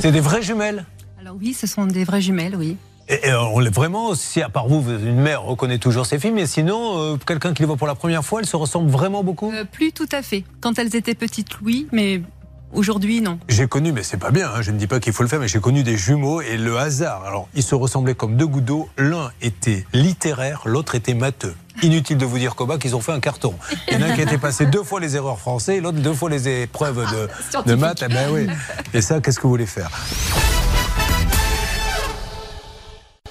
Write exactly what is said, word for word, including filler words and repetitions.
C'est des vraies jumelles? Alors oui, ce sont des vraies jumelles, oui. Et, et on est vraiment, si à part vous, une mère reconnaît toujours ses filles, mais sinon, euh, quelqu'un qui les voit pour la première fois, elles se ressemblent vraiment beaucoup? euh, Plus tout à fait. Quand elles étaient petites, oui, mais aujourd'hui, non. J'ai connu, mais c'est pas bien, hein, je ne dis pas qu'il faut le faire, mais j'ai connu des jumeaux et le hasard. Alors, ils se ressemblaient comme deux gouttes d'eau. L'un était littéraire, l'autre était matheux. Inutile de vous dire, Koba, qu'ils ont fait un carton. Il y en a un qui a été passé deux fois les erreurs français, l'autre deux fois les épreuves de, de maths. Eh ben oui. Et ça, qu'est-ce que vous voulez faire?